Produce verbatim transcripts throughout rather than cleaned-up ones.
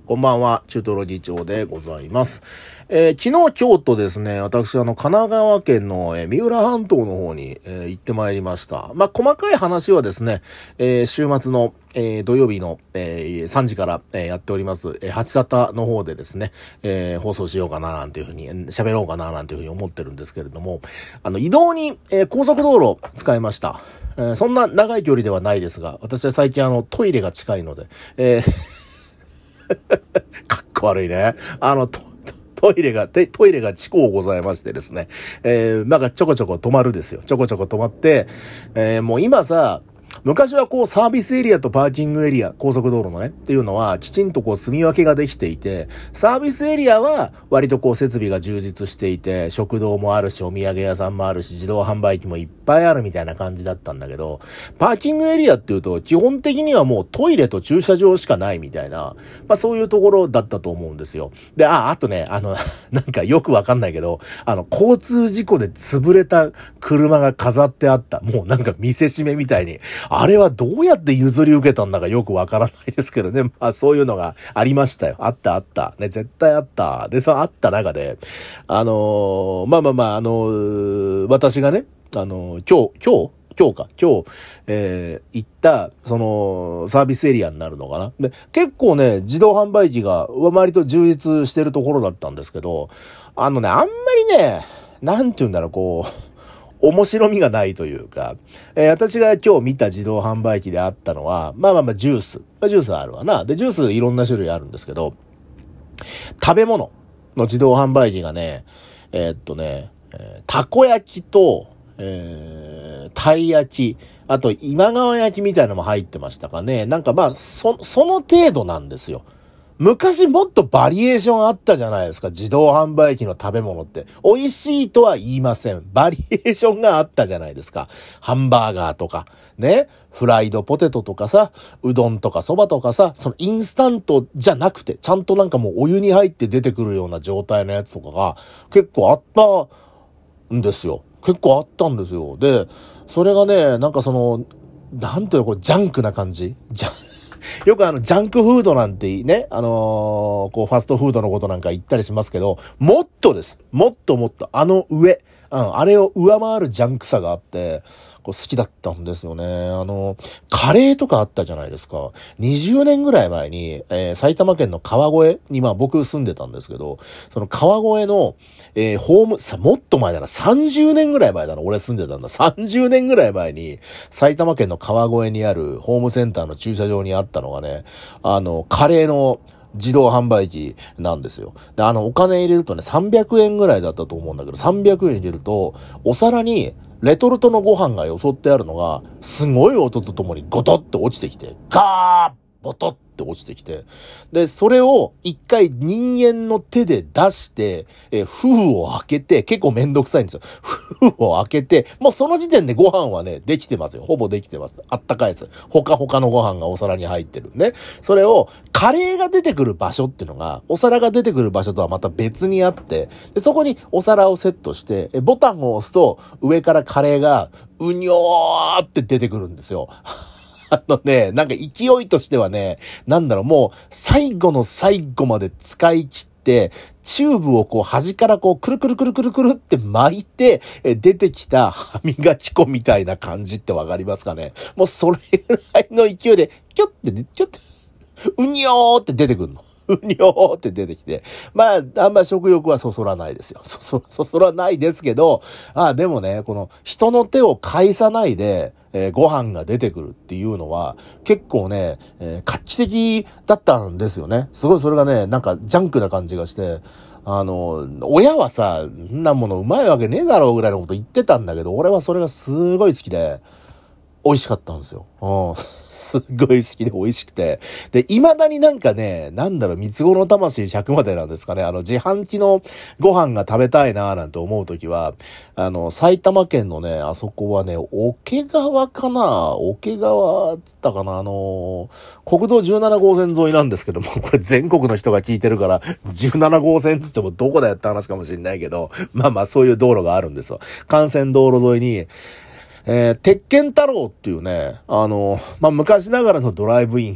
こんばんは、中トロ議長でございます。えー、昨日、今日とですね、私、あの、神奈川県の、えー、三浦半島の方に、えー、行ってまいりました。まあ、細かい話はですね、えー、週末の、えー、土曜日の、えー、さんじから、えー、やっております、えー、八里の方でですね、えー、放送しようかな、なんていうふうに、喋ろうかな、なんていうふうに思ってるんですけれども、あの、移動に、えー、高速道路を使いました。えー、そんな長い距離ではないですが、私は最近、あの、トイレが近いので、えーかっこ悪いね。あの、ト、トイレが、トイレが地高ございましてですね。えー、なんかちょこちょこ止まるですよ。ちょこちょこ止まって、えー、もう今さ、昔はこうサービスエリアとパーキングエリア、高速道路のね、っていうのはきちんとこう住み分けができていて、サービスエリアは割とこう設備が充実していて、食堂もあるし、お土産屋さんもあるし、自動販売機もいっぱいあるみたいな感じだったんだけど、パーキングエリアっていうと基本的にはもうトイレと駐車場しかないみたいな、まあそういうところだったと思うんですよ。で、あ、あとね、あの、なんかよくわかんないけど、あの、交通事故で潰れた車が飾ってあった。もうなんか見せしめみたいに。あれはどうやって譲り受けたんだかよくわからないですけどね。まあそういうのがありましたよ。あったあった。ね、絶対あった。で、そのあった中で、あのー、まあまあまあ、あのー、私がね、あのー、今日、今日今日か、今日、えー、行った、その、サービスエリアになるのかな。で、結構ね、自動販売機が上回りと充実してるところだったんですけど、あのね、あんまりね、なんて言うんだろう、こう、面白みがないというか、えー、私が今日見た自動販売機であったのは、まあまあまあジュース。まあ、ジュースあるわな。で、ジュースいろんな種類あるんですけど、食べ物の自動販売機がね、えー、っとね、えー、たこ焼きと、えー、たい焼き、あと今川焼きみたいなのも入ってましたかね。なんかまあ、そ、その程度なんですよ。昔もっとバリエーションあったじゃないですか。自動販売機の食べ物って。美味しいとは言いません。バリエーションがあったじゃないですか。ハンバーガーとか、ね。フライドポテトとかさ、うどんとかそばとかさ、そのインスタントじゃなくて、ちゃんとなんかもうお湯に入って出てくるような状態のやつとかが結構あったんですよ。結構あったんですよ。で、それがね、なんかその、なんていうの、こう、ジャンクな感じジャンよくあの、ジャンクフードなんてね、あのー、こう、ファストフードのことなんか言ったりしますけど、もっとです。もっともっと、あの上、うん、あれを上回るジャンクさがあって、こう好きだったんですよね。あの、カレーとかあったじゃないですか。にじゅうねんぐらい前に、えー、埼玉県の川越に、まあ僕住んでたんですけど、その川越の、えー、ホーム、さ、もっと前だな、さんじゅうねんぐらい前だな、俺住んでたんだ。さんじゅうねんぐらい前に、埼玉県の川越にあるホームセンターの駐車場にあったのがね、あの、カレーの、自動販売機なんですよ。で、あの、お金入れるとね、さんびゃくえんぐらいだったと思うんだけど、さんびゃくえん入れると、お皿にレトルトのご飯がよそってあるのが、すごい音とともにゴトって落ちてきて、ガーボトって落ちてきて、で、それを一回人間の手で出して、えー、封を開けて、結構めんどくさいんですよ。封を開けて、もうその時点でご飯はね、できてますよ。ほぼできてます。あったかいです。ほかほかのご飯がお皿に入ってるね。それを、カレーが出てくる場所っていうのが、お皿が出てくる場所とはまた別にあって、でそこにお皿をセットして、えボタンを押すと、上からカレーが、うにょーって出てくるんですよ。あのね、なんか勢いとしてはね、なんだろう、もう最後の最後まで使い切って、チューブをこう端からこうくるくるくるくるくるって巻いて、え出てきた歯磨き粉みたいな感じってわかりますかね。もうそれぐらいの勢いで、キュッて、ね、キュッて、うにょーって出てくるの。うにょーって出てきて。まあ、あんま食欲はそそらないですよ。そ、そ、そそらないですけど、ああ、でもね、この人の手を介さないで、えー、ご飯が出てくるっていうのは、結構ね、えー、画期的だったんですよね。すごいそれがね、なんかジャンクな感じがして、あの、親はさ、んなものうまいわけねえだろうぐらいのこと言ってたんだけど、俺はそれがすごい好きで、美味しかったんですよ。うん。すっごい好きで美味しくて。で、未だになんかね、なんだろう、三つ子の魂ひゃくまでなんですかね。あの、自販機のご飯が食べたいなーなんて思うときは、あの、埼玉県のね、あそこはね、桶川かな桶川っつったかなあのー、国道じゅうなな号線沿いなんですけども、これ全国の人が聞いてるから、じゅうなな号線つってもどこだよって話かもしれないけど、まあまあそういう道路があるんですよ。幹線道路沿いに、えー、鉄拳太郎っていうね、あの、まあ、昔ながらのドライブインが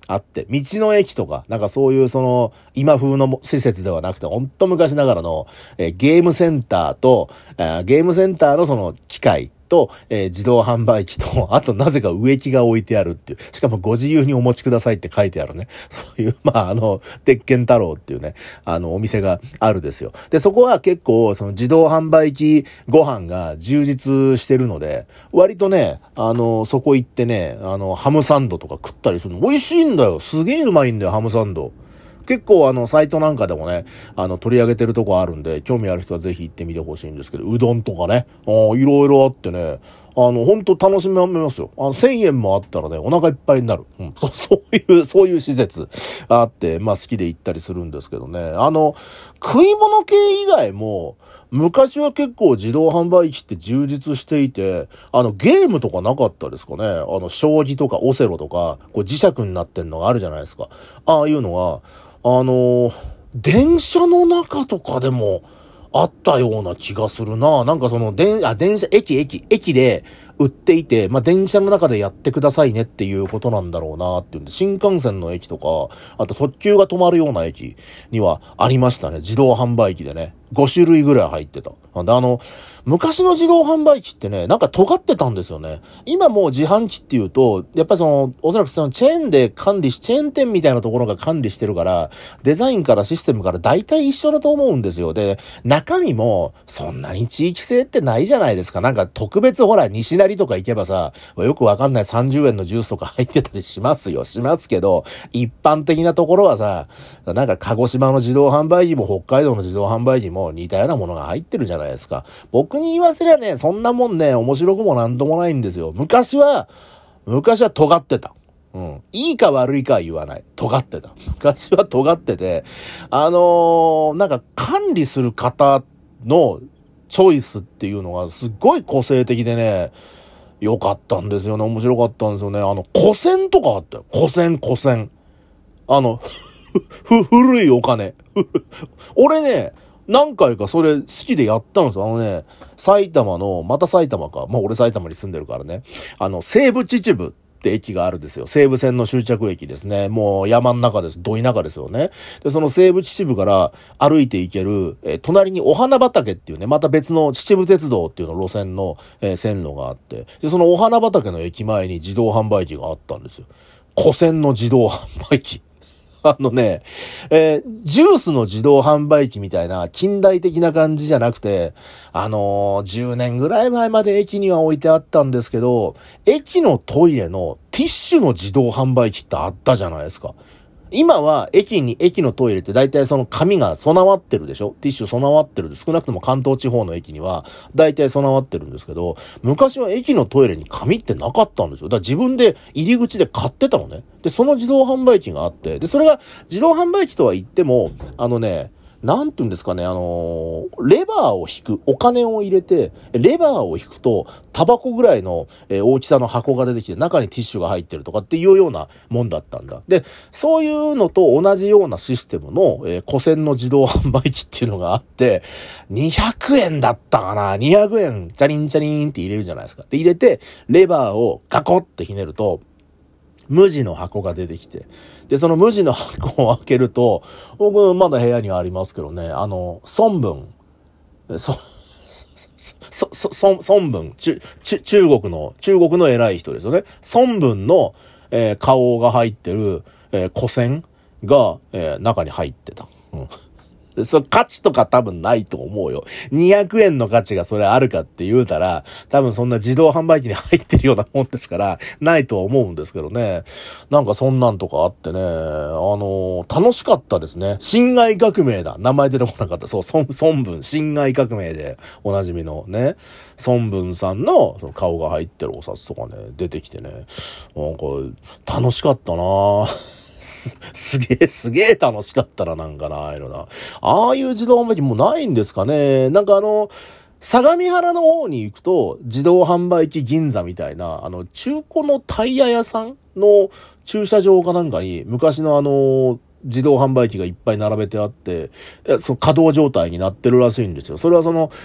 あって、道の駅とか、なんかそういうその、今風の施設ではなくて、ほんと昔ながらの、えー、ゲームセンターと、えー、ゲームセンターのその機械と、えー、自動販売機と、あとなぜか植木が置いてあるっていう、しかもご自由にお持ちくださいって書いてあるね。そういう、まあ、あの、鉄拳太郎っていうね、あの、お店があるですよ。で、そこは結構、その自動販売機ご飯が充実してるので、割とね、あの、そこ行ってね、あの、ハムサンドとか食ったりするの美味しいんだよ。すげえうまいんだよ、ハムサンド。結構あの、サイトなんかでもね、あの、取り上げてるとこあるんで、興味ある人はぜひ行ってみてほしいんですけど、うどんとかね、あいろいろあってね、あの、ほんと楽しめますよ。あの、せんえんもあったらね、お腹いっぱいになる。うん、そ、そういう、そういう施設あって、まあ好きで行ったりするんですけどね。あの、食い物系以外も、昔は結構自動販売機って充実していて、あの、ゲームとかなかったですかね。あの、将棋とかオセロとか、こう磁石になってんのがあるじゃないですか。ああいうのが、あのー、電車の中とかでもあったような気がするな。なんかその、電、あ、電車、駅、駅、駅で売っていて、まあ、電車の中でやってくださいねっていうことなんだろうなっていうんで、新幹線の駅とか、あと特急が止まるような駅にはありましたね。自動販売機でね。ご種類ぐらい入ってた。で、あの、昔の自動販売機ってね、なんか尖ってたんですよね。今もう自販機っていうと、やっぱりその、おそらくそのチェーンで管理し、チェーン店みたいなところが管理してるから、デザインからシステムから大体一緒だと思うんですよ。で、中身も、そんなに地域性ってないじゃないですか。なんか特別ほら、西成とか行けばさ、よくわかんないさんじゅうえんのジュースとか入ってたりしますよ。しますけど、一般的なところはさ、なんか鹿児島の自動販売機も北海道の自動販売機も似たようなものが入ってるじゃないですか。僕に言わせりゃね、そんなもんね、面白くもなんともないんですよ。昔は、昔は尖ってた。うん。いいか悪いかは言わない。尖ってた。昔は尖ってて、あのー、なんか管理する方のチョイスっていうのがすっごい個性的でね、良かったんですよね。面白かったんですよね。あの、古銭とかあったよ。古銭、古銭。あの、ふ、古いお金。俺ね、何回かそれ好きでやったんですよ。あのね、埼玉の、また埼玉か。まあ俺埼玉に住んでるからね。あの、西武秩父って駅があるんですよ。西武線の終着駅ですね。もう山の中です。ど田舎ですよね。で、その西武秩父から歩いて行ける、えー、隣にお花畑っていうね、また別の秩父鉄道っていうの路線の、えー、線路があって、で、そのお花畑の駅前に自動販売機があったんですよ。古銭の自動販売機。あのね、えー、ジュースの自動販売機みたいな近代的な感じじゃなくて、あのー、じゅうねんぐらい前まで駅には置いてあったんですけど、駅のトイレのティッシュの自動販売機ってあったじゃないですか。今は駅に、駅のトイレって大体その紙が備わってるでしょ？ティッシュ備わってるで、少なくとも関東地方の駅には大体備わってるんですけど、昔は駅のトイレに紙ってなかったんですよ。だから自分で入り口で買ってたのね。で、その自動販売機があって、で、それが自動販売機とは言っても、あのね、なんて言うんですかね、あのー、レバーを引く、お金を入れて、レバーを引くと、タバコぐらいの、えー、大きさの箱が出てきて、中にティッシュが入ってるとかっていうようなもんだったんだ。で、そういうのと同じようなシステムの、えー、古銭の自動販売機っていうのがあって、にひゃくえんだったかな ?にひゃくえん、チャリンチャリンって入れるじゃないですか。で、入れて、レバーをガコってひねると、無地の箱が出てきて。で、その無地の箱を開けると、僕まだ部屋にありますけどね、あの、孫文。そ、そ、そ、そ、孫文。中、中、中国の、中国の偉い人ですよね。孫文の、えー、顔が入ってる、えー、古銭が、えー、中に入ってた。うんその価値とか多分ないと思うよ。にひゃくえんの価値がそれあるかって言うたら、多分そんな自動販売機に入ってるようなもんですから、ないとは思うんですけどね。なんかそんなんとかあってね、あのー、楽しかったですね。辛亥革命だ。名前出てこなかった。そう、孫、孫文、辛亥革命でおなじみのね、孫文さんのその顔が入ってるお札とかね、出てきてね、なんか楽しかったなぁ。す、すげえ、すげえ楽しかったな、なんかな、ああいうのな。ああいう自動販売機もうないんですかね。なんかあの、相模原の方に行くと、自動販売機銀座みたいな、あの、中古のタイヤ屋さんの駐車場かなんかに、昔のあの、自動販売機がいっぱい並べてあって、その稼働状態になってるらしいんですよ。それはその、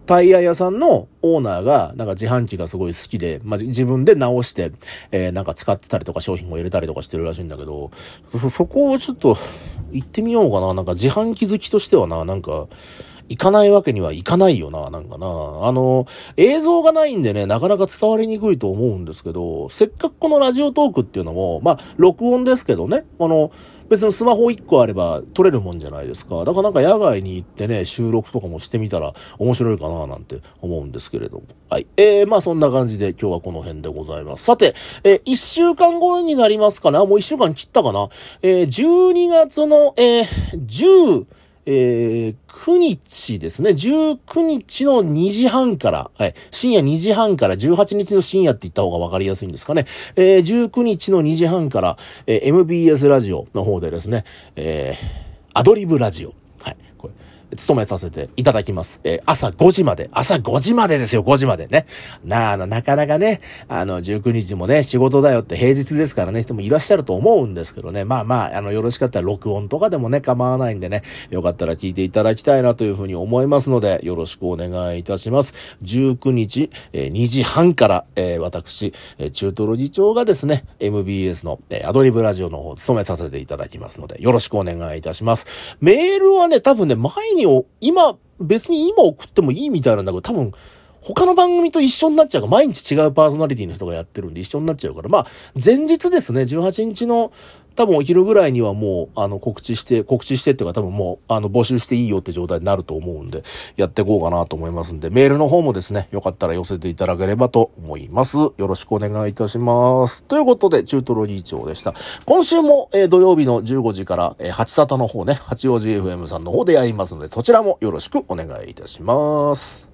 タイヤ屋さんのオーナーが、なんか自販機がすごい好きで、まあ、自分で直して、えー、なんか使ってたりとか商品を入れたりとかしてるらしいんだけど、そ、そこをちょっと行ってみようかな。なんか自販機好きとしてはな、なんか、行かないわけにはいかないよな、なんかな。あの、映像がないんでね、なかなか伝わりにくいと思うんですけど、せっかくこのラジオトークっていうのも、まあ、録音ですけどね、この、別にスマホいっこあれば撮れるもんじゃないですか。だからなんか野外に行ってね、収録とかもしてみたら面白いかななんて思うんですけれども。はい。えー、まあそんな感じで今日はこの辺でございます。さて、えー、いっしゅうかんごになりますかな。もういっしゅうかん切ったかな。えー、じゅうにがつの、えー、じゅう、えー、くにちですね。じゅうくにちのにじはんから、はい、深夜にじはんからじゅうはちにちの深夜って言った方がわかりやすいんですかね。えー、じゅうくにちのにじはんから、えー、エムビーエス ラジオの方でですね、えー、アドリブラジオ。はい。これ務めさせていただきます。えー、朝ごじまで、朝ごじまでですよ、ごじまでね。なあ、の、なかなかね、あの、じゅうくにちもね、仕事だよって平日ですからね、人もいらっしゃると思うんですけどね。まあまあ、あの、よろしかったら録音とかでもね、構わないんでね、よかったら聞いていただきたいなというふうに思いますので、よろしくお願いいたします。じゅうくにち、えー、にじはんから、えー、私、えー、中トロ議長がですね、エムビーエス の、えー、アドリブラジオの方を務めさせていただきますので、よろしくお願いいたします。メールはね、多分ね、前に今、別に今送ってもいいみたいなんだけど、多分、他の番組と一緒になっちゃうから、毎日違うパーソナリティの人がやってるんで一緒になっちゃうから、まあ、前日ですね、じゅうはちにちの、多分お昼ぐらいにはもう、あの、告知して、告知してっていうか多分もう、あの、募集していいよって状態になると思うんで、やっていこうかなと思いますんで、メールの方もですね、よかったら寄せていただければと思います。よろしくお願いいたします。ということで、中トロ議長でした。今週も、えー、土曜日のじゅうごじから、えー、八里の方ね、八王子 エフエム さんの方でやりますので、そちらもよろしくお願いいたします。